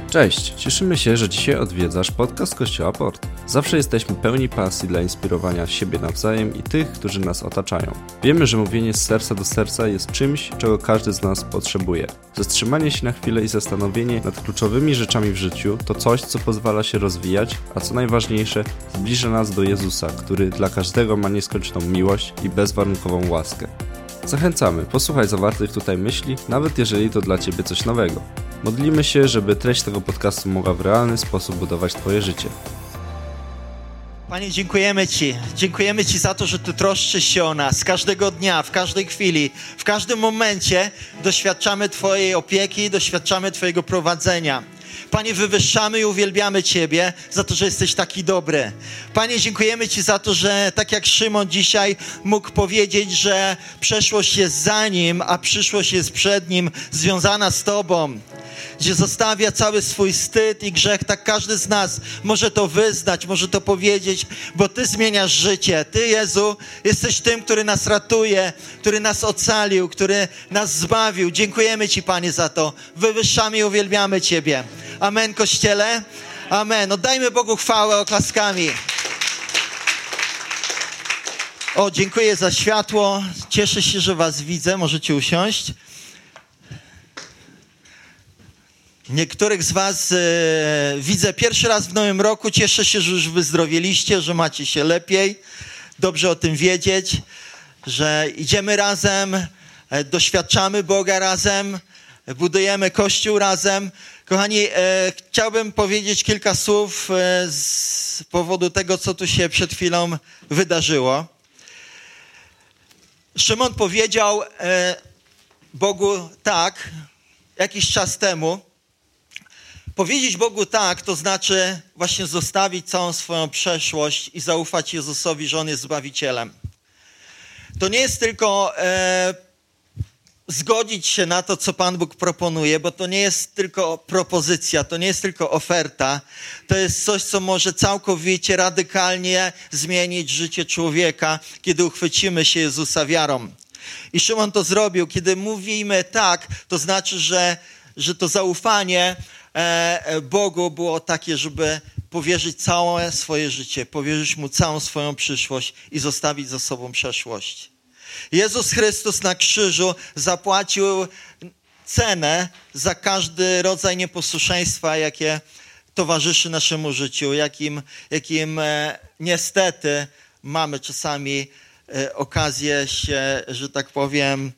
Cześć, cieszymy się, że dzisiaj odwiedzasz podcast Kościoła Port. Zawsze jesteśmy pełni pasji dla inspirowania siebie nawzajem i tych, którzy nas otaczają. Wiemy, że mówienie z serca do serca jest czymś, czego każdy z nas potrzebuje. Zatrzymanie się na chwilę i zastanowienie nad kluczowymi rzeczami w życiu to coś, co pozwala się rozwijać, a co najważniejsze, zbliża nas do Jezusa, który dla każdego ma nieskończoną miłość i bezwarunkową łaskę. Zachęcamy, posłuchaj zawartych tutaj myśli, nawet jeżeli to dla Ciebie coś nowego. Modlimy się, żeby treść tego podcastu mogła w realny sposób budować Twoje życie. Panie, dziękujemy Ci. Dziękujemy Ci za to, że Ty troszczysz się o nas. Każdego dnia, w każdej chwili, w każdym momencie doświadczamy Twojej opieki, doświadczamy Twojego prowadzenia. Panie, wywyższamy i uwielbiamy Ciebie za to, że jesteś taki dobry. Panie, dziękujemy Ci za to, że tak jak Szymon dzisiaj mógł powiedzieć, że przeszłość jest za Nim, a przyszłość jest przed Nim, związana z Tobą. Gdzie zostawia cały swój wstyd i grzech, tak każdy z nas może to wyznać, może to powiedzieć, bo Ty zmieniasz życie. Ty, Jezu, jesteś tym, który nas ratuje, który nas ocalił, który nas zbawił. Dziękujemy Ci, Panie, za to. Wywyższamy i uwielbiamy Ciebie. Amen, Kościele. Amen. Oddajmy Bogu chwałę oklaskami. O, dziękuję za światło. Cieszę się, że Was widzę. Możecie usiąść. Niektórych z Was widzę pierwszy raz w nowym roku. Cieszę się, że już wyzdrowieliście, że macie się lepiej. Dobrze o tym wiedzieć, że idziemy razem, doświadczamy Boga razem, budujemy Kościół razem. Kochani, chciałbym powiedzieć kilka słów z powodu tego, co tu się przed chwilą wydarzyło. Szymon powiedział Bogu tak jakiś czas temu. Powiedzieć Bogu tak, to znaczy właśnie zostawić całą swoją przeszłość i zaufać Jezusowi, że On jest Zbawicielem. To nie jest tylko zgodzić się na to, co Pan Bóg proponuje, bo to nie jest tylko propozycja, to nie jest tylko oferta. To jest coś, co może całkowicie, radykalnie zmienić życie człowieka, kiedy uchwycimy się Jezusa wiarą. I Szymon to zrobił. Kiedy mówimy tak, to znaczy, że to zaufanie Bogu było takie, żeby powierzyć całe swoje życie, powierzyć Mu całą swoją przyszłość i zostawić za sobą przeszłość. Jezus Chrystus na krzyżu zapłacił cenę za każdy rodzaj nieposłuszeństwa, jakie towarzyszy naszemu życiu, jakim niestety mamy czasami okazję się, że tak powiem,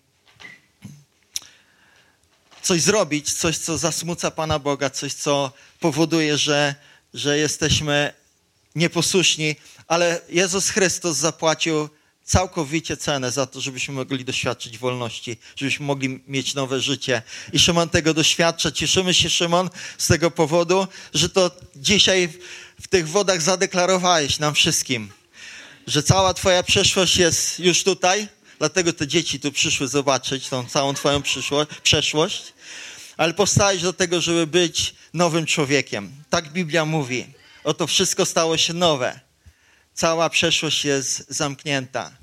coś zrobić, coś, co zasmuca Pana Boga, coś, co powoduje, że jesteśmy nieposłuszni, ale Jezus Chrystus zapłacił całkowicie cenę za to, żebyśmy mogli doświadczyć wolności, żebyśmy mogli mieć nowe życie. I Szymon tego doświadcza. Cieszymy się, Szymon, z tego powodu, że to dzisiaj w tych wodach zadeklarowałeś nam wszystkim, że cała Twoja przeszłość jest już tutaj. Dlatego te dzieci tu przyszły zobaczyć tą całą Twoją przeszłość, ale powstałeś do tego, żeby być nowym człowiekiem. Tak Biblia mówi. Oto wszystko stało się nowe. Cała przeszłość jest zamknięta.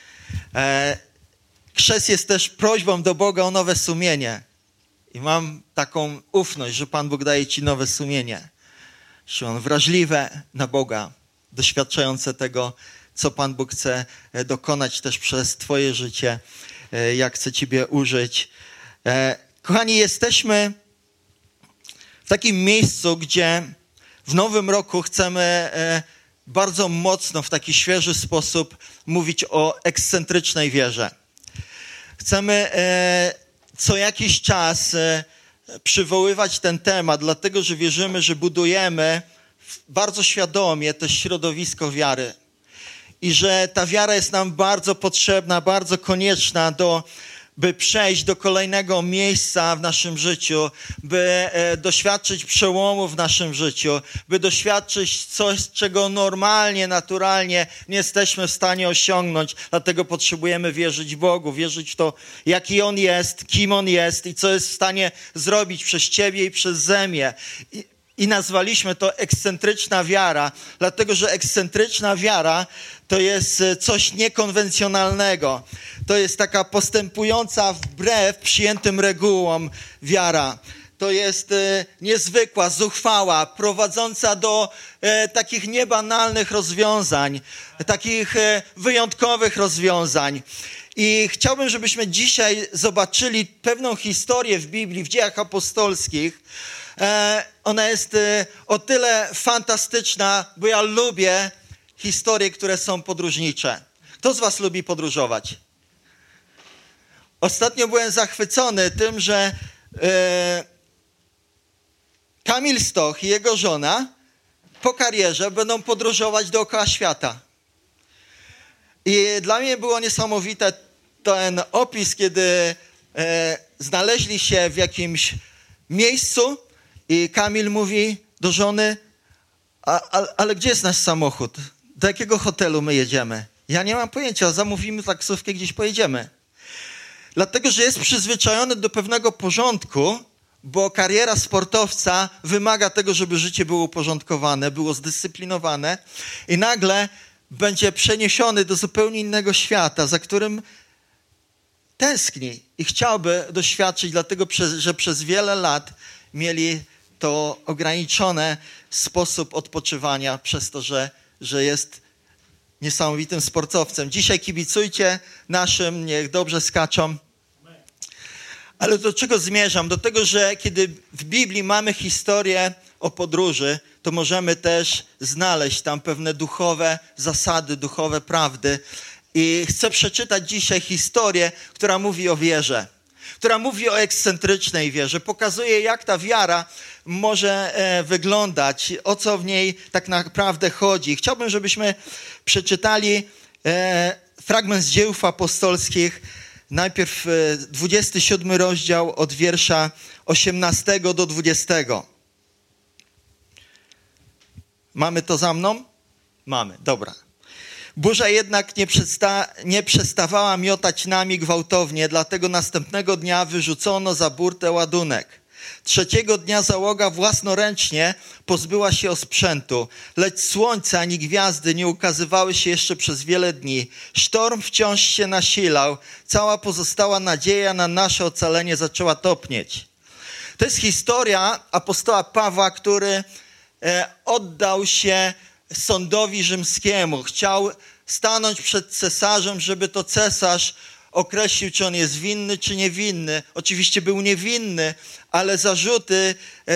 Chrzest jest też prośbą do Boga o nowe sumienie. I mam taką ufność, że Pan Bóg daje Ci nowe sumienie. Że On wrażliwe na Boga, doświadczające tego, co Pan Bóg chce dokonać też przez Twoje życie, jak chce Ciebie użyć. Kochani, jesteśmy w takim miejscu, gdzie w nowym roku chcemy bardzo mocno, w taki świeży sposób mówić o ekscentrycznej wierze. Chcemy co jakiś czas przywoływać ten temat, dlatego że wierzymy, że budujemy bardzo świadomie to środowisko wiary. I że ta wiara jest nam bardzo potrzebna, bardzo konieczna, by przejść do kolejnego miejsca w naszym życiu, by doświadczyć przełomu w naszym życiu, by doświadczyć coś, czego normalnie, naturalnie nie jesteśmy w stanie osiągnąć. Dlatego potrzebujemy wierzyć Bogu, wierzyć w to, jaki On jest, kim On jest i co jest w stanie zrobić przez Ciebie i przez ziemię. I nazwaliśmy to ekscentryczna wiara, dlatego że ekscentryczna wiara to jest coś niekonwencjonalnego. To jest taka postępująca wbrew przyjętym regułom wiara. to jest niezwykła, zuchwała, prowadząca do takich niebanalnych rozwiązań, takich wyjątkowych rozwiązań. I chciałbym, żebyśmy dzisiaj zobaczyli pewną historię w Biblii, w Dziejach Apostolskich. Ona jest o tyle fantastyczna, bo ja lubię historie, które są podróżnicze. Kto z was lubi podróżować? Ostatnio byłem zachwycony tym, że Kamil Stoch i jego żona po karierze będą podróżować dookoła świata. I dla mnie było niesamowite ten opis, kiedy znaleźli się w jakimś miejscu i Kamil mówi do żony, ale gdzie jest nasz samochód? Do jakiego hotelu my jedziemy? Ja nie mam pojęcia, zamówimy taksówkę, gdzieś pojedziemy. Dlatego, że jest przyzwyczajony do pewnego porządku, bo kariera sportowca wymaga tego, żeby życie było uporządkowane, było zdyscyplinowane i nagle będzie przeniesiony do zupełnie innego świata, za którym tęskni i chciałby doświadczyć, dlatego, że przez wiele lat mieli to ograniczony sposób odpoczywania przez to, że jest niesamowitym sportowcem. Dzisiaj kibicujcie naszym, niech dobrze skaczą. Ale do czego zmierzam? Do tego, że kiedy w Biblii mamy historię o podróży, to możemy też znaleźć tam pewne duchowe zasady, duchowe prawdy. I chcę przeczytać dzisiaj historię, która mówi o wierze, która mówi o ekscentrycznej wierze, pokazuje, jak ta wiara może wyglądać, o co w niej tak naprawdę chodzi. Chciałbym, żebyśmy przeczytali fragment z Dziejów Apostolskich, najpierw 27 rozdział od wiersza 18 do 20. Mamy to za mną? Mamy, dobra. Burza jednak nie przestawała miotać nami gwałtownie, dlatego następnego dnia wyrzucono za burtę ładunek. Trzeciego dnia załoga własnoręcznie pozbyła się osprzętu, lecz słońce ani gwiazdy nie ukazywały się jeszcze przez wiele dni. Sztorm wciąż się nasilał, cała pozostała nadzieja na nasze ocalenie zaczęła topnieć. To jest historia apostoła Pawła, który oddał się sądowi rzymskiemu. Chciał stanąć przed cesarzem, żeby to cesarz określił, czy on jest winny, czy niewinny. Oczywiście był niewinny, ale zarzuty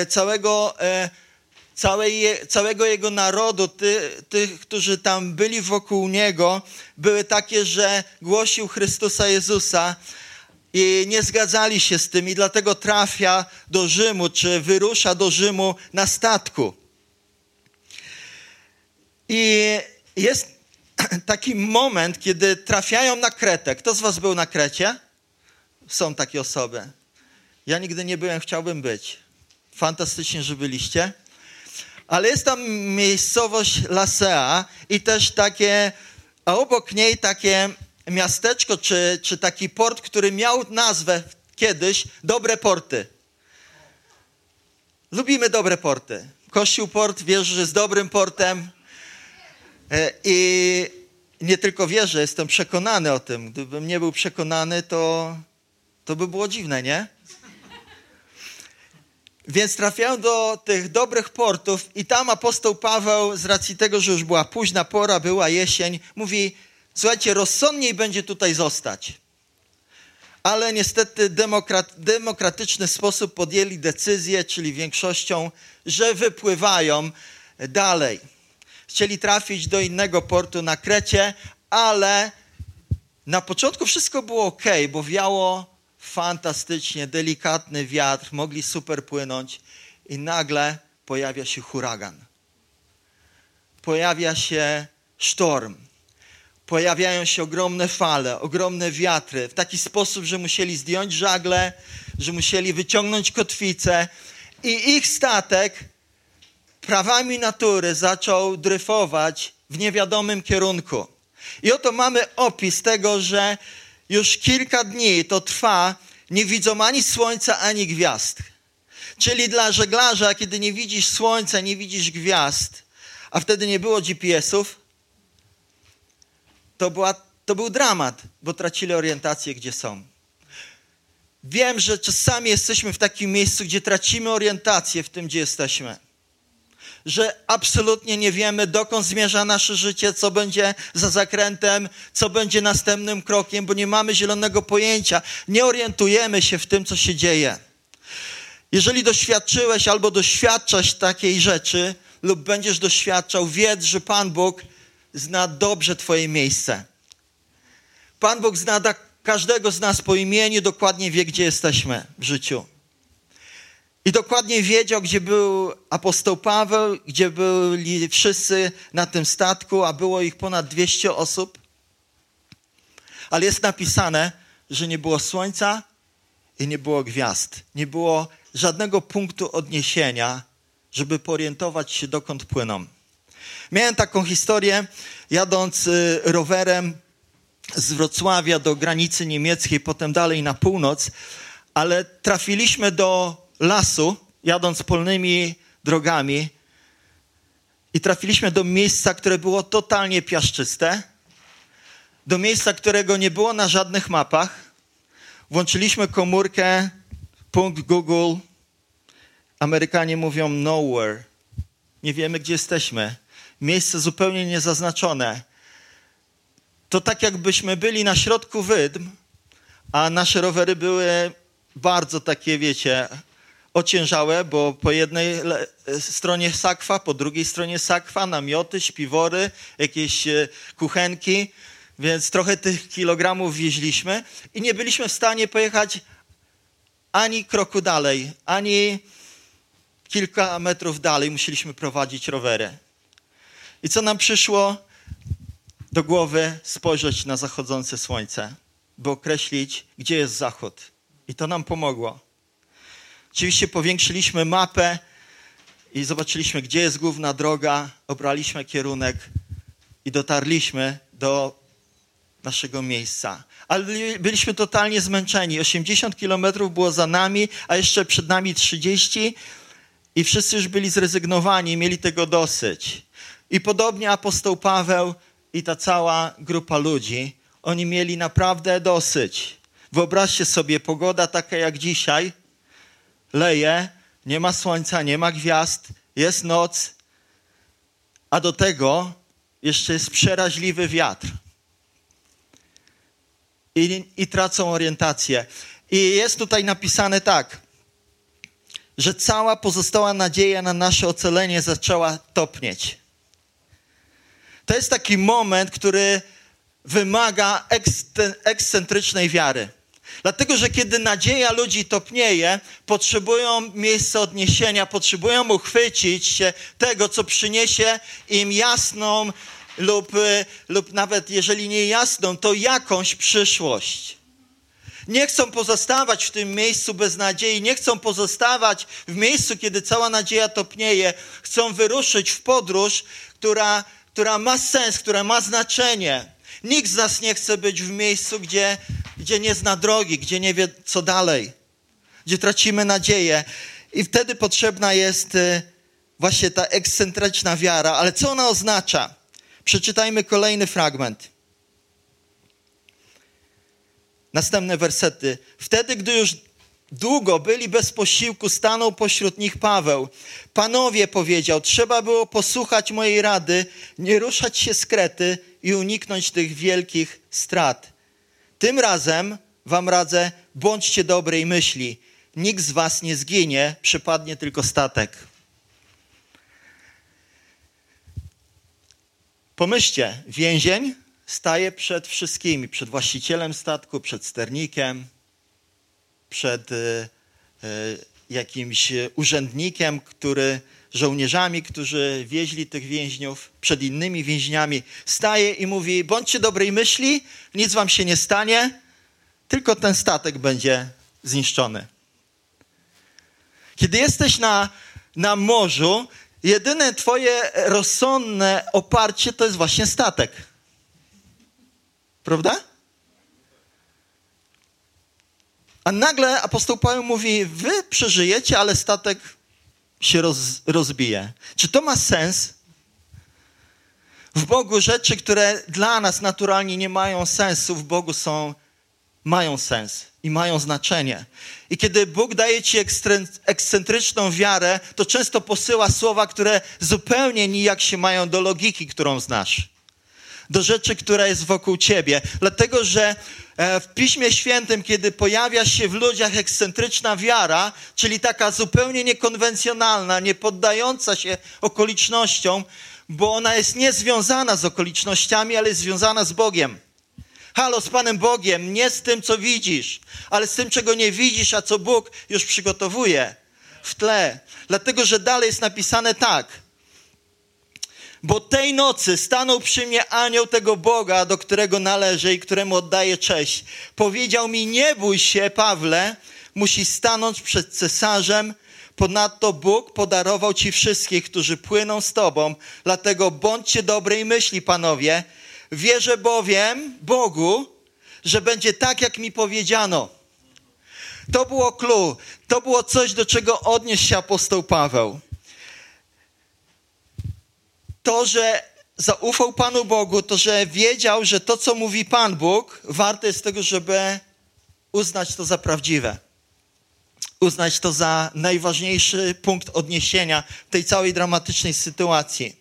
całego jego narodu, tych, którzy tam byli wokół niego, były takie, że głosił Chrystusa Jezusa i nie zgadzali się z tym i dlatego trafia do Rzymu, czy wyrusza do Rzymu na statku. I jest taki moment, kiedy trafiają na Kretę. Kto z was był na Krecie? Są takie osoby. Ja nigdy nie byłem, chciałbym być. Fantastycznie, że byliście. Ale jest tam miejscowość Lasea i też takie, a obok niej takie miasteczko, czy taki port, który miał nazwę kiedyś Dobre Porty. Lubimy dobre porty. Kościół Port wierzy, że jest dobrym portem. I nie tylko wierzę, jestem przekonany o tym. Gdybym nie był przekonany, to by było dziwne, nie? Więc trafiają do tych dobrych portów i tam apostoł Paweł, z racji tego, że już była późna pora, była jesień, mówi, słuchajcie, rozsądniej będzie tutaj zostać. Ale niestety demokratyczny sposób podjęli decyzję, czyli większością, że wypływają dalej. Chcieli trafić do innego portu na Krecie, ale na początku wszystko było okej, bo wiało fantastycznie, delikatny wiatr, mogli super płynąć i nagle pojawia się huragan. Pojawia się sztorm. Pojawiają się ogromne fale, ogromne wiatry w taki sposób, że musieli zdjąć żagle, że musieli wyciągnąć kotwicę i ich statek prawami natury zaczął dryfować w niewiadomym kierunku. I oto mamy opis tego, że już kilka dni to trwa, nie widzą ani słońca, ani gwiazd. Czyli dla żeglarza, kiedy nie widzisz słońca, nie widzisz gwiazd, a wtedy nie było GPS-ów, to był dramat, bo tracili orientację, gdzie są. Wiem, że czasami jesteśmy w takim miejscu, gdzie tracimy orientację w tym, gdzie jesteśmy. Że absolutnie nie wiemy, dokąd zmierza nasze życie, co będzie za zakrętem, co będzie następnym krokiem, bo nie mamy zielonego pojęcia. Nie orientujemy się w tym, co się dzieje. Jeżeli doświadczyłeś albo doświadczasz takiej rzeczy lub będziesz doświadczał, wiedz, że Pan Bóg zna dobrze twoje miejsce. Pan Bóg zna każdego z nas po imieniu, dokładnie wie, gdzie jesteśmy w życiu. I dokładnie wiedział, gdzie był apostoł Paweł, gdzie byli wszyscy na tym statku, a było ich ponad 200 osób. Ale jest napisane, że nie było słońca i nie było gwiazd. Nie było żadnego punktu odniesienia, żeby porientować się, dokąd płyną. Miałem taką historię, jadąc rowerem z Wrocławia do granicy niemieckiej, potem dalej na północ, ale trafiliśmy do lasu, jadąc polnymi drogami i trafiliśmy do miejsca, które było totalnie piaszczyste, do miejsca, którego nie było na żadnych mapach. Włączyliśmy komórkę, punkt Google, Amerykanie mówią nowhere, nie wiemy, gdzie jesteśmy, miejsce zupełnie niezaznaczone. To tak jakbyśmy byli na środku wydm, a nasze rowery były bardzo takie, wiecie, ociężałe, bo po jednej stronie sakwa, po drugiej stronie sakwa, namioty, śpiwory, jakieś kuchenki, więc trochę tych kilogramów wieźliśmy i nie byliśmy w stanie pojechać ani kroku dalej, ani kilka metrów dalej. Musieliśmy prowadzić rowery. I co nam przyszło do głowy? Spojrzeć na zachodzące słońce, by określić, gdzie jest zachód. I to nam pomogło. Oczywiście powiększyliśmy mapę i zobaczyliśmy, gdzie jest główna droga, obraliśmy kierunek i dotarliśmy do naszego miejsca. Ale byliśmy totalnie zmęczeni. 80 kilometrów było za nami, a jeszcze przed nami 30 i wszyscy już byli zrezygnowani, mieli tego dosyć. I podobnie apostoł Paweł i ta cała grupa ludzi, oni mieli naprawdę dosyć. Wyobraźcie sobie, pogoda taka jak dzisiaj, leje, nie ma słońca, nie ma gwiazd, jest noc, a do tego jeszcze jest przeraźliwy wiatr. I tracą orientację. I jest tutaj napisane tak, że cała pozostała nadzieja na nasze ocalenie zaczęła topnieć. To jest taki moment, który wymaga ekscentrycznej wiary. Dlatego, że kiedy nadzieja ludzi topnieje, potrzebują miejsca odniesienia, potrzebują uchwycić się tego, co przyniesie im jasną lub nawet jeżeli nie jasną, to jakąś przyszłość. Nie chcą pozostawać w tym miejscu bez nadziei, nie chcą pozostawać w miejscu, kiedy cała nadzieja topnieje. Chcą wyruszyć w podróż, która ma sens, która ma znaczenie. Nikt z nas nie chce być w miejscu, gdzie nie zna drogi, gdzie nie wie, co dalej, gdzie tracimy nadzieję. I wtedy potrzebna jest właśnie ta ekscentryczna wiara. Ale co ona oznacza? Przeczytajmy kolejny fragment. Następne wersety. Wtedy, gdy już długo byli bez posiłku, stanął pośród nich Paweł. Panowie, powiedział, trzeba było posłuchać mojej rady, nie ruszać się z Krety i uniknąć tych wielkich strat. Tym razem wam radzę, bądźcie dobrej myśli. Nikt z was nie zginie, przepadnie tylko statek. Pomyślcie, więzień staje przed wszystkimi, przed właścicielem statku, przed sternikiem, przed jakimś urzędnikiem, żołnierzami, którzy wieźli tych więźniów, przed innymi więźniami. Staje i mówi, bądźcie dobrej myśli, nic wam się nie stanie, tylko ten statek będzie zniszczony. Kiedy jesteś na morzu, jedyne twoje rozsądne oparcie to jest właśnie statek. Prawda? A nagle apostoł Paweł mówi, wy przeżyjecie, ale statek się rozbije. Czy to ma sens? W Bogu rzeczy, które dla nas naturalnie nie mają sensu, w Bogu mają sens. i mają znaczenie. I kiedy Bóg daje ci ekscentryczną wiarę, to często posyła słowa, które zupełnie nijak się mają do logiki, którą znasz. Do rzeczy, która jest wokół ciebie. Dlatego, że w Piśmie Świętym, kiedy pojawia się w ludziach ekscentryczna wiara, czyli taka zupełnie niekonwencjonalna, nie poddająca się okolicznościom, bo ona jest niezwiązana z okolicznościami, ale jest związana z Bogiem. Halo, z Panem Bogiem, nie z tym, co widzisz, ale z tym, czego nie widzisz, a co Bóg już przygotowuje w tle. Dlatego, że dalej jest napisane tak. Bo tej nocy stanął przy mnie anioł tego Boga, do którego należę i któremu oddaję cześć. Powiedział mi, nie bój się, Pawle, musisz stanąć przed cesarzem. Ponadto Bóg podarował ci wszystkich, którzy płyną z tobą. Dlatego bądźcie dobrej myśli, panowie. Wierzę bowiem Bogu, że będzie tak, jak mi powiedziano. To było clue. To było coś, do czego odniósł się apostoł Paweł. To, że zaufał Panu Bogu, to, że wiedział, że to, co mówi Pan Bóg, warte jest tego, żeby uznać to za prawdziwe. Uznać to za najważniejszy punkt odniesienia w tej całej dramatycznej sytuacji.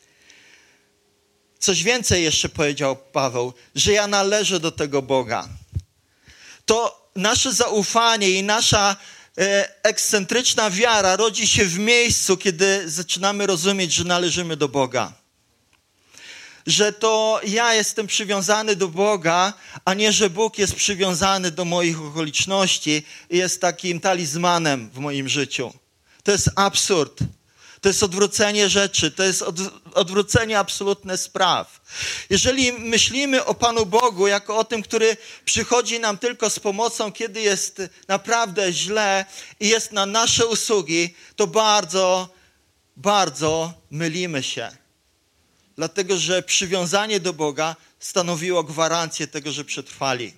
Coś więcej jeszcze powiedział Paweł, że ja należę do tego Boga. To nasze zaufanie i nasza ekscentryczna wiara rodzi się w miejscu, kiedy zaczynamy rozumieć, że należymy do Boga. Że to ja jestem przywiązany do Boga, a nie, że Bóg jest przywiązany do moich okoliczności i jest takim talizmanem w moim życiu. To jest absurd. To jest odwrócenie rzeczy, to jest odwrócenie absolutne spraw. Jeżeli myślimy o Panu Bogu jako o tym, który przychodzi nam tylko z pomocą, kiedy jest naprawdę źle i jest na nasze usługi, to bardzo, bardzo mylimy się. Dlatego, że przywiązanie do Boga stanowiło gwarancję tego, że przetrwali.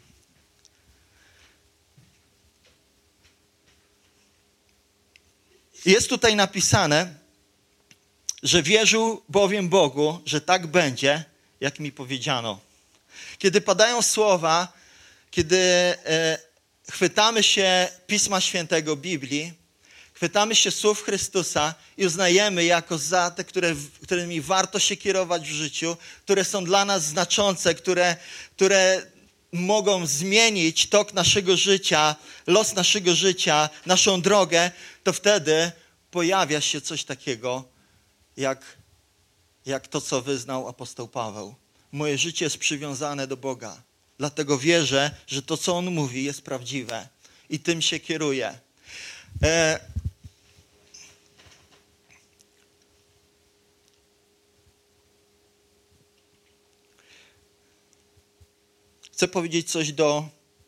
Jest tutaj napisane, że wierzył bowiem Bogu, że tak będzie, jak mi powiedziano. Kiedy padają słowa, kiedy chwytamy się Pisma Świętego, Biblii, chwytamy się słów Chrystusa i uznajemy jako za te, którymi warto się kierować w życiu, które są dla nas znaczące, które mogą zmienić tok naszego życia, los naszego życia, naszą drogę, to wtedy pojawia się coś takiego, jak to, co wyznał apostoł Paweł. Moje życie jest przywiązane do Boga. Dlatego wierzę, że to, co On mówi, jest prawdziwe. I tym się kieruję. Chcę powiedzieć coś do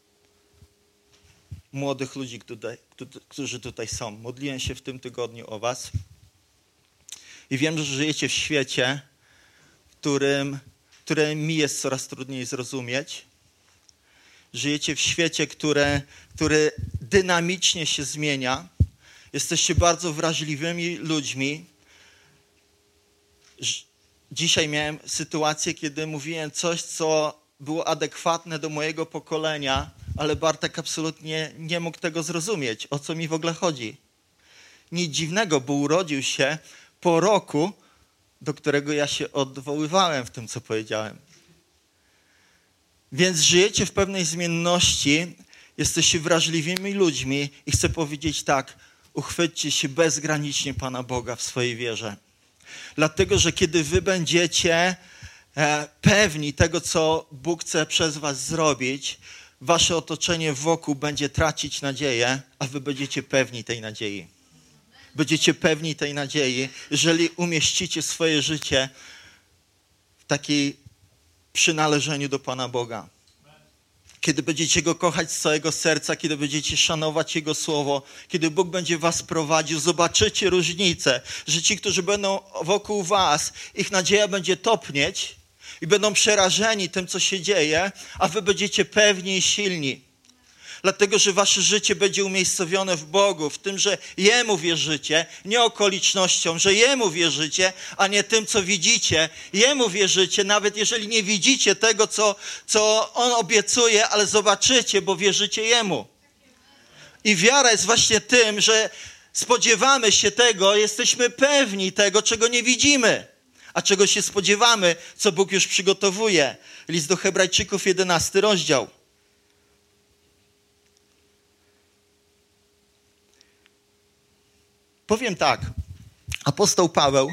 młodych ludzi, którzy tutaj są. Modliłem się w tym tygodniu o was. I wiem, że żyjecie w świecie, które mi jest coraz trudniej zrozumieć. Żyjecie w świecie, który dynamicznie się zmienia. Jesteście bardzo wrażliwymi ludźmi. Dzisiaj miałem sytuację, kiedy mówiłem coś, co było adekwatne do mojego pokolenia, ale Bartek absolutnie nie mógł tego zrozumieć, o co mi w ogóle chodzi. Nic dziwnego, bo urodził się po roku, do którego ja się odwoływałem w tym, co powiedziałem. Więc żyjecie w pewnej zmienności, jesteście wrażliwymi ludźmi i chcę powiedzieć tak, uchwyćcie się bezgranicznie Pana Boga w swojej wierze. Dlatego, że kiedy wy będziecie pewni tego, co Bóg chce przez was zrobić, wasze otoczenie wokół będzie tracić nadzieję, a wy będziecie pewni tej nadziei. Będziecie pewni tej nadziei, jeżeli umieścicie swoje życie w takiej przynależeniu do Pana Boga. Kiedy będziecie Go kochać z całego serca, kiedy będziecie szanować Jego Słowo, kiedy Bóg będzie was prowadził, zobaczycie różnicę, że ci, którzy będą wokół was, ich nadzieja będzie topnieć i będą przerażeni tym, co się dzieje, a wy będziecie pewni i silni. Dlatego, że wasze życie będzie umiejscowione w Bogu, w tym, że Jemu wierzycie, nie okolicznościom, że Jemu wierzycie, a nie tym, co widzicie. Jemu wierzycie, nawet jeżeli nie widzicie tego, co On obiecuje, ale zobaczycie, bo wierzycie Jemu. I wiara jest właśnie tym, że spodziewamy się tego, jesteśmy pewni tego, czego nie widzimy, a czego się spodziewamy, co Bóg już przygotowuje. List do Hebrajczyków, 11 rozdział. Powiem tak, apostoł Paweł,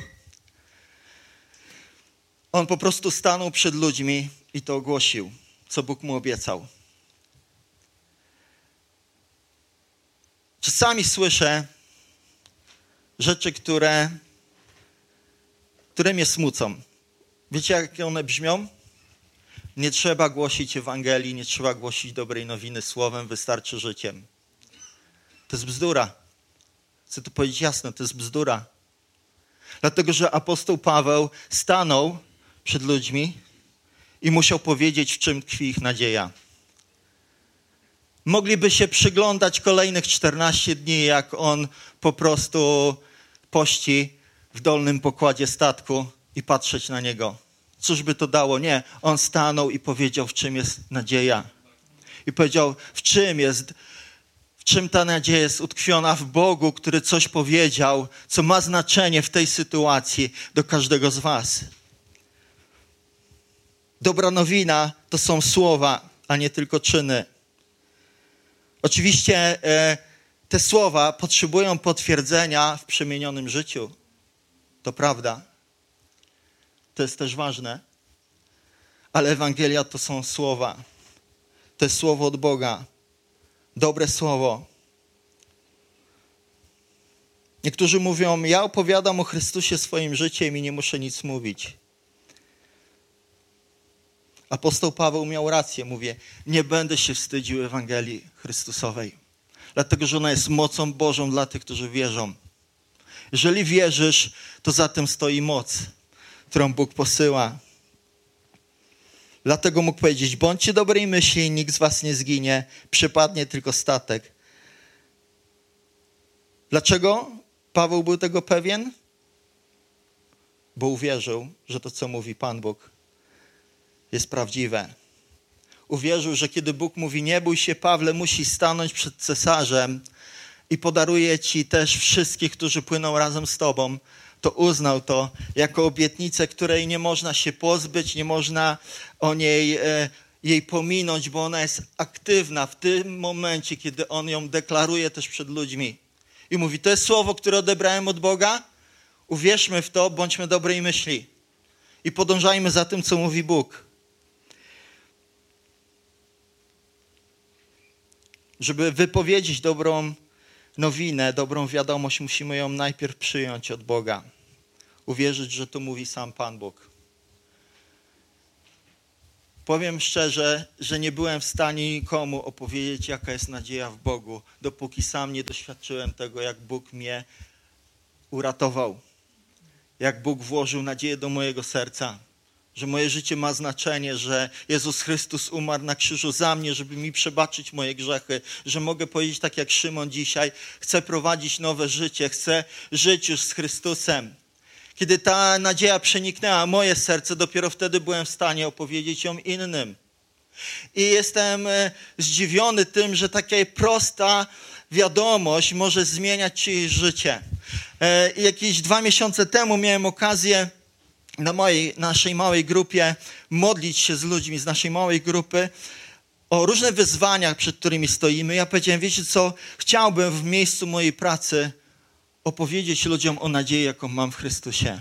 on po prostu stanął przed ludźmi i to ogłosił, co Bóg mu obiecał. Czasami słyszę rzeczy, które mnie smucą. Wiecie, jak one brzmią? Nie trzeba głosić Ewangelii, nie trzeba głosić dobrej nowiny słowem, wystarczy życiem. To jest bzdura. Chcę to powiedzieć jasno, to jest bzdura. Dlatego, że apostoł Paweł stanął przed ludźmi i musiał powiedzieć, w czym tkwi ich nadzieja. Mogliby się przyglądać kolejnych 14 dni, jak on po prostu pości w dolnym pokładzie statku i patrzeć na niego. Cóż by to dało? Nie. On stanął i powiedział, w czym jest nadzieja. I powiedział, w czym ta nadzieja jest utkwiona? W Bogu, który coś powiedział, co ma znaczenie w tej sytuacji do każdego z was. Dobra nowina to są słowa, a nie tylko czyny. Oczywiście te słowa potrzebują potwierdzenia w przemienionym życiu. To prawda. To jest też ważne. Ale Ewangelia to są słowa. To jest słowo od Boga. Dobre słowo. Niektórzy mówią, ja opowiadam o Chrystusie swoim życiem i nie muszę nic mówić. Apostoł Paweł miał rację, mówię, nie będę się wstydził Ewangelii Chrystusowej, dlatego że ona jest mocą Bożą dla tych, którzy wierzą. Jeżeli wierzysz, to za tym stoi moc, którą Bóg posyła. Dlatego mógł powiedzieć, bądźcie dobrej myśli, nikt z was nie zginie, przepadnie tylko statek. Dlaczego Paweł był tego pewien? Bo uwierzył, że to, co mówi Pan Bóg, jest prawdziwe. Uwierzył, że kiedy Bóg mówi, nie bój się, Pawle, musi stanąć przed cesarzem i podaruje ci też wszystkich, którzy płyną razem z tobą, to uznał to jako obietnicę, której nie można się pozbyć, nie można o jej pominąć, bo ona jest aktywna w tym momencie, kiedy on ją deklaruje też przed ludźmi. I mówi, to jest słowo, które odebrałem od Boga, uwierzmy w to, bądźmy dobrej myśli i podążajmy za tym, co mówi Bóg. Żeby wypowiedzieć dobrą nowinę, dobrą wiadomość, musimy ją najpierw przyjąć od Boga. Uwierzyć, że to mówi sam Pan Bóg. Powiem szczerze, że nie byłem w stanie nikomu opowiedzieć, jaka jest nadzieja w Bogu, dopóki sam nie doświadczyłem tego, jak Bóg mnie uratował. Jak Bóg włożył nadzieję do mojego serca. Że moje życie ma znaczenie, że Jezus Chrystus umarł na krzyżu za mnie, żeby mi przebaczyć moje grzechy, że mogę powiedzieć tak jak Szymon dzisiaj, chcę prowadzić nowe życie, chcę żyć już z Chrystusem. Kiedy ta nadzieja przeniknęła moje serce, dopiero wtedy byłem w stanie opowiedzieć ją innym. I jestem zdziwiony tym, że taka prosta wiadomość może zmieniać czyjeś życie. Jakieś 2 miesiące temu miałem okazję na naszej małej grupie modlić się z ludźmi z naszej małej grupy o różne wyzwaniach, przed którymi stoimy. Ja powiedziałem, wiecie co, chciałbym w miejscu mojej pracy opowiedzieć ludziom o nadziei, jaką mam w Chrystusie.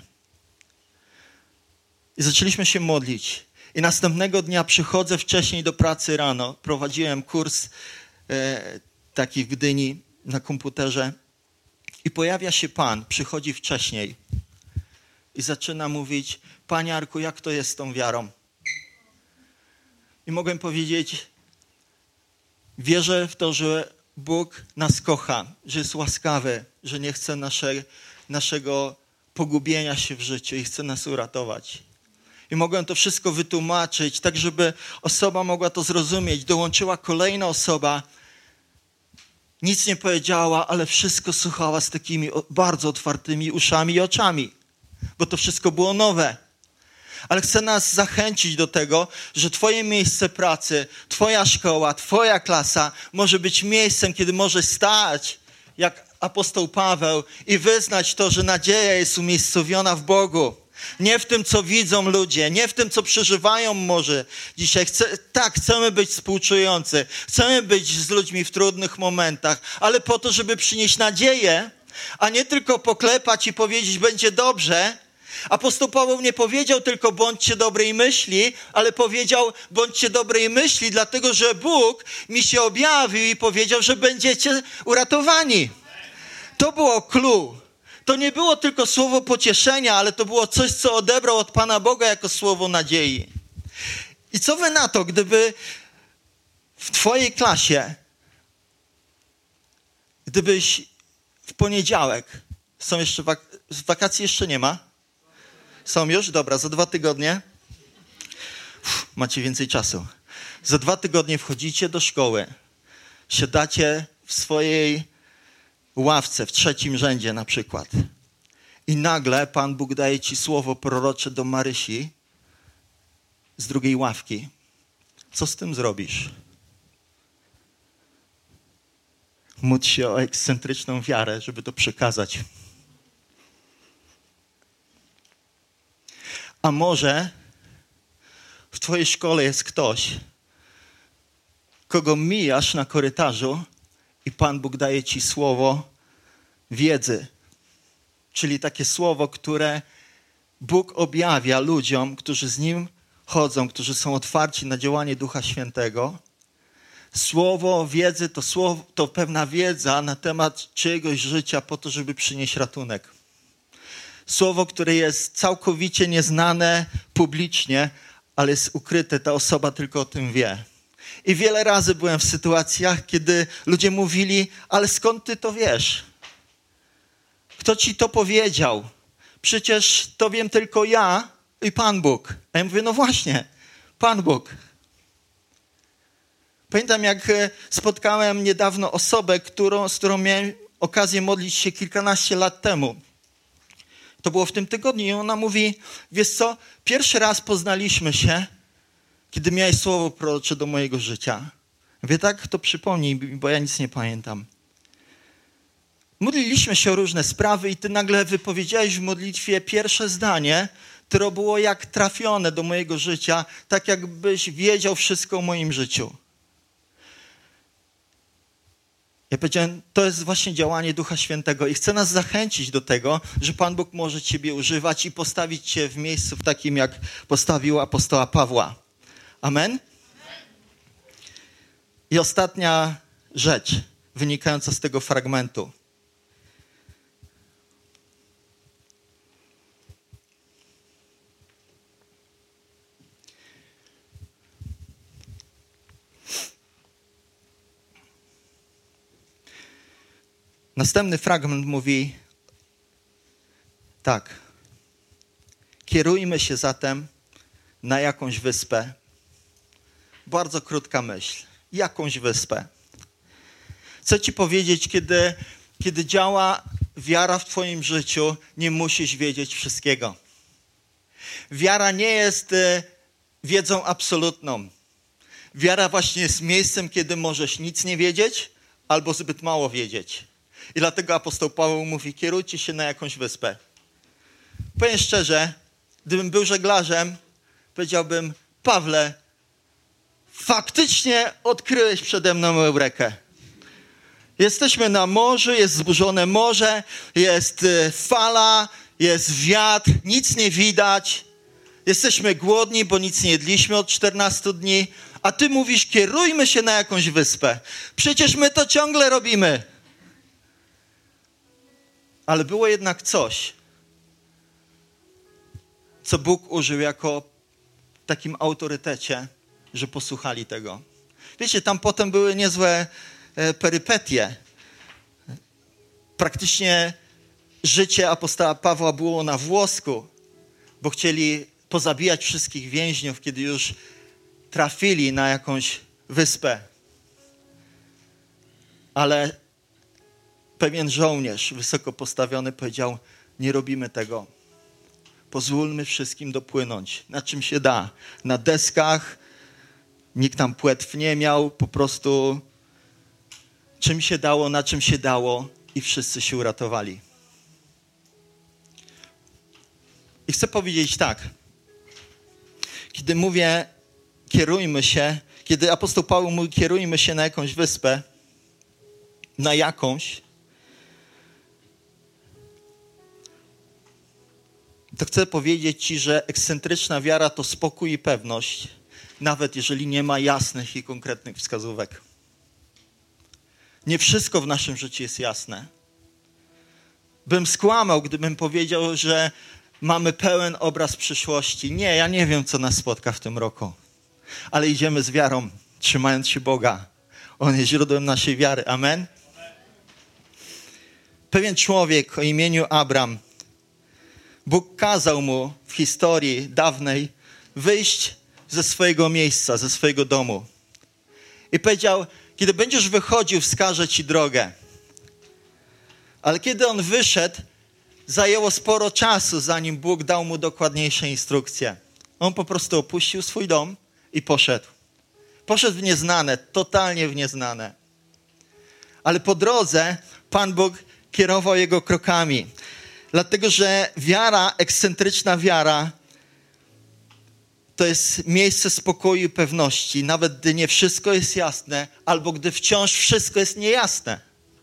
I zaczęliśmy się modlić. I następnego dnia przychodzę wcześniej do pracy rano. Prowadziłem kurs taki w Gdyni na komputerze. I pojawia się Pan, przychodzi wcześniej. I zaczyna mówić, Panie Arku, jak to jest z tą wiarą? I mogłem powiedzieć, wierzę w to, że Bóg nas kocha, że jest łaskawy, że nie chce naszego pogubienia się w życiu i chce nas uratować. I mogłem to wszystko wytłumaczyć, tak żeby osoba mogła to zrozumieć. Dołączyła kolejna osoba Nic nie powiedziała, ale wszystko słuchała z takimi bardzo otwartymi uszami i oczami, bo to wszystko było nowe. Ale chcę nas zachęcić do tego, że twoje miejsce pracy, twoja szkoła, twoja klasa może być miejscem, kiedy możesz stać jak apostoł Paweł i wyznać to, że nadzieja jest umiejscowiona w Bogu. Nie w tym, co widzą ludzie, nie w tym, co przeżywają może dzisiaj. Chcemy być współczujący, chcemy być z ludźmi w trudnych momentach, ale po to, żeby przynieść nadzieję, a nie tylko poklepać i powiedzieć, będzie dobrze. Apostoł Paweł nie powiedział tylko bądźcie dobrej myśli, ale powiedział bądźcie dobrej myśli, dlatego że Bóg mi się objawił i powiedział, że będziecie uratowani. To było clue. To nie było tylko słowo pocieszenia, ale to było coś, co odebrał od Pana Boga jako słowo nadziei. I co wy na to, gdyby w twojej klasie, gdybyś w poniedziałek, są jeszcze wakacji jeszcze nie ma? Są już? Dobra, za 2 tygodnie. Macie więcej czasu. Za 2 tygodnie wchodzicie do szkoły, siadacie w swojej ławce, w 3. rzędzie na przykład. I nagle Pan Bóg daje ci słowo prorocze do Marysi z drugiej ławki. Co z tym zrobisz? Módl się o ekscentryczną wiarę, żeby to przekazać. A może w twojej szkole jest ktoś, kogo mijasz na korytarzu i Pan Bóg daje ci słowo wiedzy. Czyli takie słowo, które Bóg objawia ludziom, którzy z Nim chodzą, którzy są otwarci na działanie Ducha Świętego. Słowo wiedzy to pewna wiedza na temat czyjegoś życia po to, żeby przynieść ratunek. Słowo, które jest całkowicie nieznane publicznie, ale jest ukryte, ta osoba tylko o tym wie. I wiele razy byłem w sytuacjach, kiedy ludzie mówili, ale skąd ty to wiesz? Kto ci to powiedział? Przecież to wiem tylko ja i Pan Bóg. A ja mówię, no właśnie, Pan Bóg. Pamiętam, jak spotkałem niedawno osobę, z którą miałem okazję modlić się kilkanaście lat temu. To było w tym tygodniu i ona mówi, wiesz co, pierwszy raz poznaliśmy się, kiedy miałeś słowo prorocze do mojego życia. Mówię, tak, to przypomnij, bo ja nic nie pamiętam. Modliliśmy się o różne sprawy i ty nagle wypowiedziałeś w modlitwie pierwsze zdanie, które było jak trafione do mojego życia, tak jakbyś wiedział wszystko o moim życiu. Ja powiedziałem, to jest właśnie działanie Ducha Świętego i chcę nas zachęcić do tego, że Pan Bóg może ciebie używać i postawić cię w miejscu w takim, jak postawił apostoła Pawła. Amen? I ostatnia rzecz wynikająca z tego fragmentu. Następny fragment mówi tak. Kierujmy się zatem na jakąś wyspę. Bardzo krótka myśl. Jakąś wyspę. Chcę ci powiedzieć, kiedy działa wiara w twoim życiu, nie musisz wiedzieć wszystkiego. Wiara nie jest wiedzą absolutną. Wiara właśnie jest miejscem, kiedy możesz nic nie wiedzieć albo zbyt mało wiedzieć. I dlatego apostoł Paweł mówi, kierujcie się na jakąś wyspę. Powiem szczerze, gdybym był żeglarzem, powiedziałbym, Pawle, faktycznie odkryłeś przede mną Eurekę. Jesteśmy na morzu, jest zburzone morze, jest fala, jest wiatr, nic nie widać. Jesteśmy głodni, bo nic nie jedliśmy od 14 dni, a ty mówisz, kierujmy się na jakąś wyspę. Przecież my to ciągle robimy. Ale było jednak coś, co Bóg użył jako takim autorytecie, że posłuchali tego. Wiecie, tam potem były niezłe perypetie. Praktycznie życie apostoła Pawła było na włosku, bo chcieli pozabijać wszystkich więźniów, kiedy już trafili na jakąś wyspę. Ale pewien żołnierz wysoko postawiony powiedział, nie robimy tego. Pozwólmy wszystkim dopłynąć, na czym się da. Na deskach, nikt tam płetw nie miał, po prostu czym się dało, na czym się dało i wszyscy się uratowali. I chcę powiedzieć tak, kiedy mówię kierujmy się, kiedy apostoł Paweł mówi kierujmy się na jakąś wyspę, na jakąś, to chcę powiedzieć Ci, że ekscentryczna wiara to spokój i pewność, nawet jeżeli nie ma jasnych i konkretnych wskazówek. Nie wszystko w naszym życiu jest jasne. Bym skłamał, gdybym powiedział, że mamy pełen obraz przyszłości. Nie, ja nie wiem, co nas spotka w tym roku. Ale idziemy z wiarą, trzymając się Boga. On jest źródłem naszej wiary. Amen? Pewien człowiek o imieniu Abram, Bóg kazał mu w historii dawnej wyjść ze swojego miejsca, ze swojego domu. I powiedział, kiedy będziesz wychodził, wskażę ci drogę. Ale kiedy on wyszedł, zajęło sporo czasu, zanim Bóg dał mu dokładniejsze instrukcje. On po prostu opuścił swój dom i poszedł. Poszedł w nieznane, totalnie w nieznane. Ale po drodze Pan Bóg kierował jego krokami. Dlatego, że wiara, ekscentryczna wiara, to jest miejsce spokoju i pewności, nawet gdy nie wszystko jest jasne, albo gdy wciąż wszystko jest niejasne.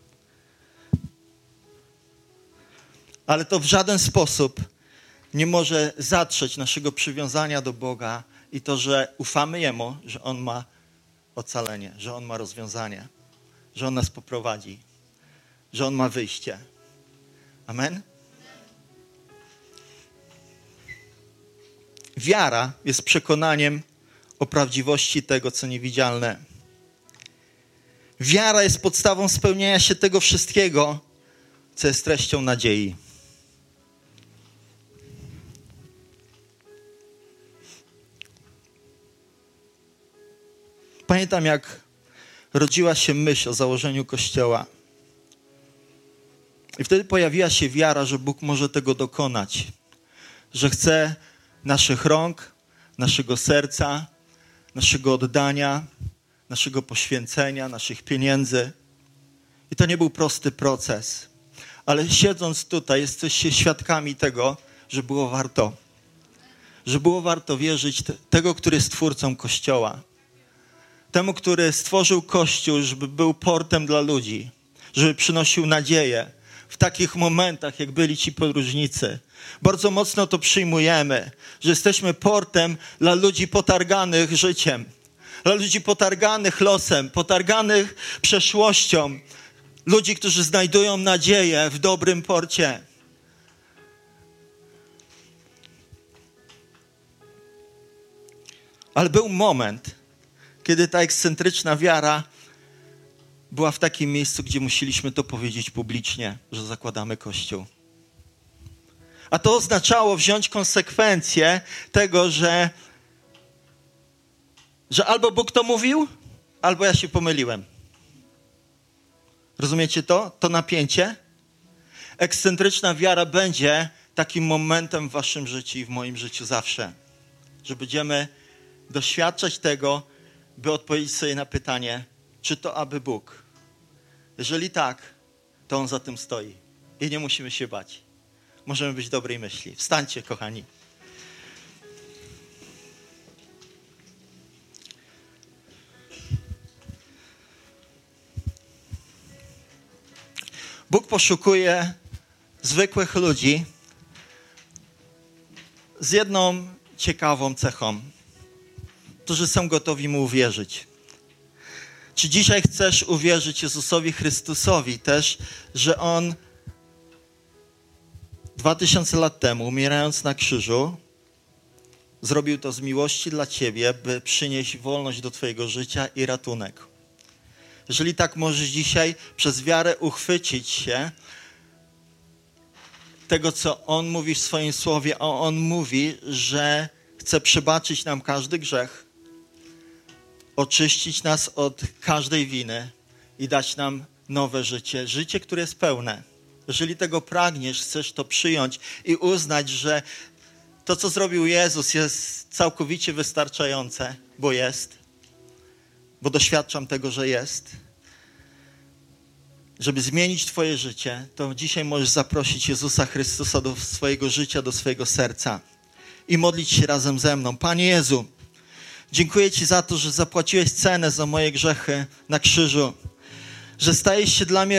Ale to w żaden sposób nie może zatrzeć naszego przywiązania do Boga i to, że ufamy Jemu, że On ma ocalenie, że On ma rozwiązanie, że On nas poprowadzi, że On ma wyjście. Amen? Wiara jest przekonaniem o prawdziwości tego, co niewidzialne. Wiara jest podstawą spełnienia się tego wszystkiego, co jest treścią nadziei. Pamiętam, jak rodziła się myśl o założeniu Kościoła. I wtedy pojawiła się wiara, że Bóg może tego dokonać. Że chce naszych rąk, naszego serca, naszego oddania, naszego poświęcenia, naszych pieniędzy. I to nie był prosty proces. Ale siedząc tutaj, jesteście świadkami tego, że było warto. Że było warto wierzyć tego, który jest twórcą Kościoła. Temu, który stworzył Kościół, żeby był portem dla ludzi. Żeby przynosił nadzieję. W takich momentach, jak byli ci podróżnicy. Bardzo mocno to przyjmujemy, że jesteśmy portem dla ludzi potarganych życiem. Dla ludzi potarganych losem, potarganych przeszłością. Ludzi, którzy znajdują nadzieję w dobrym porcie. Ale był moment, kiedy ta ekscentryczna wiara była w takim miejscu, gdzie musieliśmy to powiedzieć publicznie, że zakładamy Kościół. A to oznaczało wziąć konsekwencje tego, że albo Bóg to mówił, albo ja się pomyliłem. Rozumiecie to? To napięcie? Ekscentryczna wiara będzie takim momentem w waszym życiu i w moim życiu zawsze. Że będziemy doświadczać tego, by odpowiedzieć sobie na pytanie, czy to aby Bóg? Jeżeli tak, to On za tym stoi. I nie musimy się bać. Możemy być dobrej myśli. Wstańcie, kochani. Bóg poszukuje zwykłych ludzi z jedną ciekawą cechą, którzy są gotowi Mu uwierzyć. Czy dzisiaj chcesz uwierzyć Jezusowi Chrystusowi też, że On 2000 lat temu, umierając na krzyżu, zrobił to z miłości dla ciebie, by przynieść wolność do twojego życia i ratunek. Jeżeli tak możesz dzisiaj przez wiarę uchwycić się tego, co On mówi w swoim słowie, a On mówi, że chce przebaczyć nam każdy grzech, oczyścić nas od każdej winy i dać nam nowe życie. Życie, które jest pełne. Jeżeli tego pragniesz, chcesz to przyjąć i uznać, że to, co zrobił Jezus, jest całkowicie wystarczające, bo doświadczam tego, że jest. Żeby zmienić twoje życie, to dzisiaj możesz zaprosić Jezusa Chrystusa do swojego życia, do swojego serca i modlić się razem ze mną. Panie Jezu, dziękuję Ci za to, że zapłaciłeś cenę za moje grzechy na krzyżu, że stałeś się dla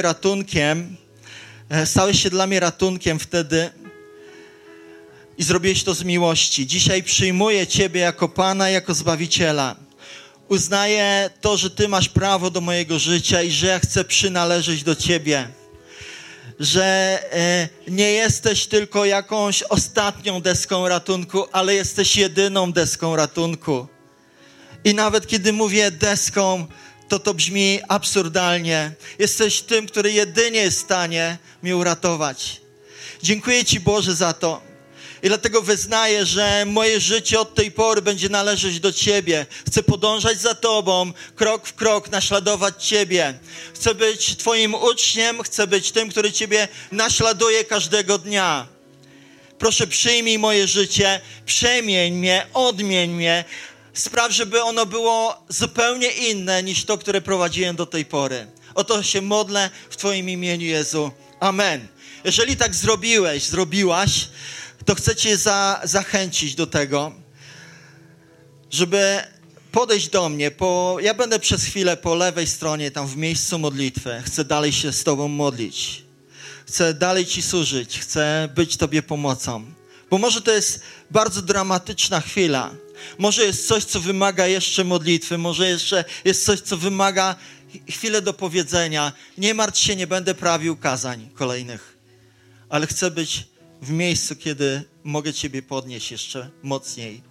mnie ratunkiem wtedy i zrobiłeś to z miłości. Dzisiaj przyjmuję Ciebie jako Pana, jako Zbawiciela. Uznaję to, że Ty masz prawo do mojego życia i że ja chcę przynależeć do Ciebie. Że nie jesteś tylko jakąś ostatnią deską ratunku, ale jesteś jedyną deską ratunku. I nawet kiedy mówię deską, to brzmi absurdalnie. Jesteś tym, który jedynie jest w stanie mnie uratować. Dziękuję Ci, Boże, za to. I dlatego wyznaję, że moje życie od tej pory będzie należeć do Ciebie. Chcę podążać za Tobą, krok w krok, naśladować Ciebie. Chcę być Twoim uczniem, chcę być tym, który Ciebie naśladuje każdego dnia. Proszę, przyjmij moje życie, przemień mnie, odmień mnie. Spraw, żeby ono było zupełnie inne niż to, które prowadziłem do tej pory. O to się modlę w Twoim imieniu, Jezu. Amen. Jeżeli tak zrobiłaś, to chcę Cię zachęcić do tego, żeby podejść do mnie. Ja będę przez chwilę po lewej stronie, tam w miejscu modlitwy. Chcę dalej się z Tobą modlić. Chcę dalej Ci służyć. Chcę być Tobie pomocą. Bo może to jest bardzo dramatyczna chwila. Może jest coś, co wymaga jeszcze modlitwy. Może jeszcze jest coś, co wymaga chwilę do powiedzenia. Nie martw się, nie będę prawił kazań kolejnych. Ale chcę być w miejscu, kiedy mogę Ciebie podnieść jeszcze mocniej.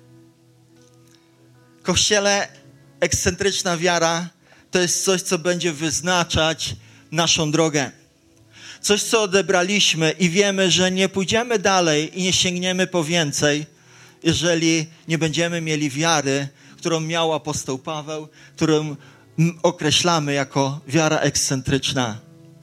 Kościele, ekscentryczna wiara to jest coś, co będzie wyznaczać naszą drogę. Coś, co odebraliśmy i wiemy, że nie pójdziemy dalej i nie sięgniemy po więcej, jeżeli nie będziemy mieli wiary, którą miał apostoł Paweł, którą określamy jako wiara ekscentryczna.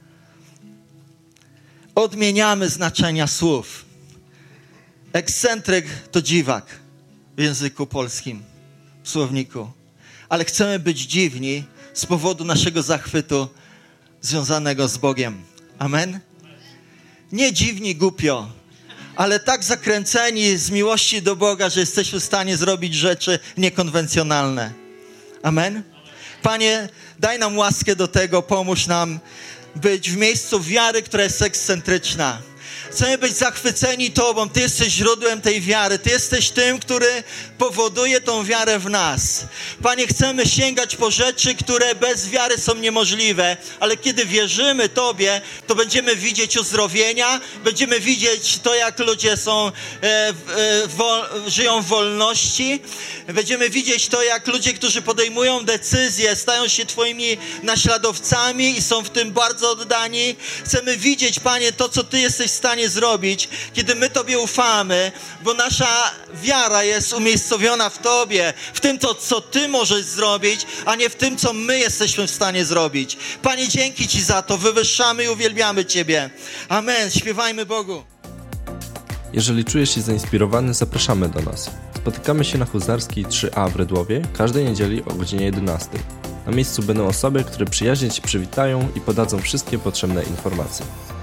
Odmieniamy znaczenia słów. Ekscentryk to dziwak w języku polskim, w słowniku. Ale chcemy być dziwni z powodu naszego zachwytu związanego z Bogiem. Amen? Nie dziwni głupio, ale tak zakręceni z miłości do Boga, że jesteśmy w stanie zrobić rzeczy niekonwencjonalne. Amen? Panie, daj nam łaskę do tego, pomóż nam być w miejscu wiary, która jest ekscentryczna. Chcemy być zachwyceni Tobą. Ty jesteś źródłem tej wiary. Ty jesteś tym, który powoduje tą wiarę w nas. Panie, chcemy sięgać po rzeczy, które bez wiary są niemożliwe, ale kiedy wierzymy Tobie, to będziemy widzieć uzdrowienia, będziemy widzieć to, jak ludzie żyją w wolności, będziemy widzieć to, jak ludzie, którzy podejmują decyzje, stają się Twoimi naśladowcami i są w tym bardzo oddani. Chcemy widzieć, Panie, to, co Ty jesteś w stanie zrobić, kiedy my Tobie ufamy, bo nasza wiara jest umiejscowiona w Tobie, w tym, co Ty możesz zrobić, a nie w tym, co my jesteśmy w stanie zrobić. Panie, dzięki Ci za to, wywyższamy i uwielbiamy Ciebie. Amen. Śpiewajmy Bogu. Jeżeli czujesz się zainspirowany, zapraszamy do nas. Spotykamy się na Huzarskiej 3A w Rydłowie każdej niedzieli o godzinie 11. Na miejscu będą osoby, które przyjaźnie Ci przywitają i podadzą wszystkie potrzebne informacje.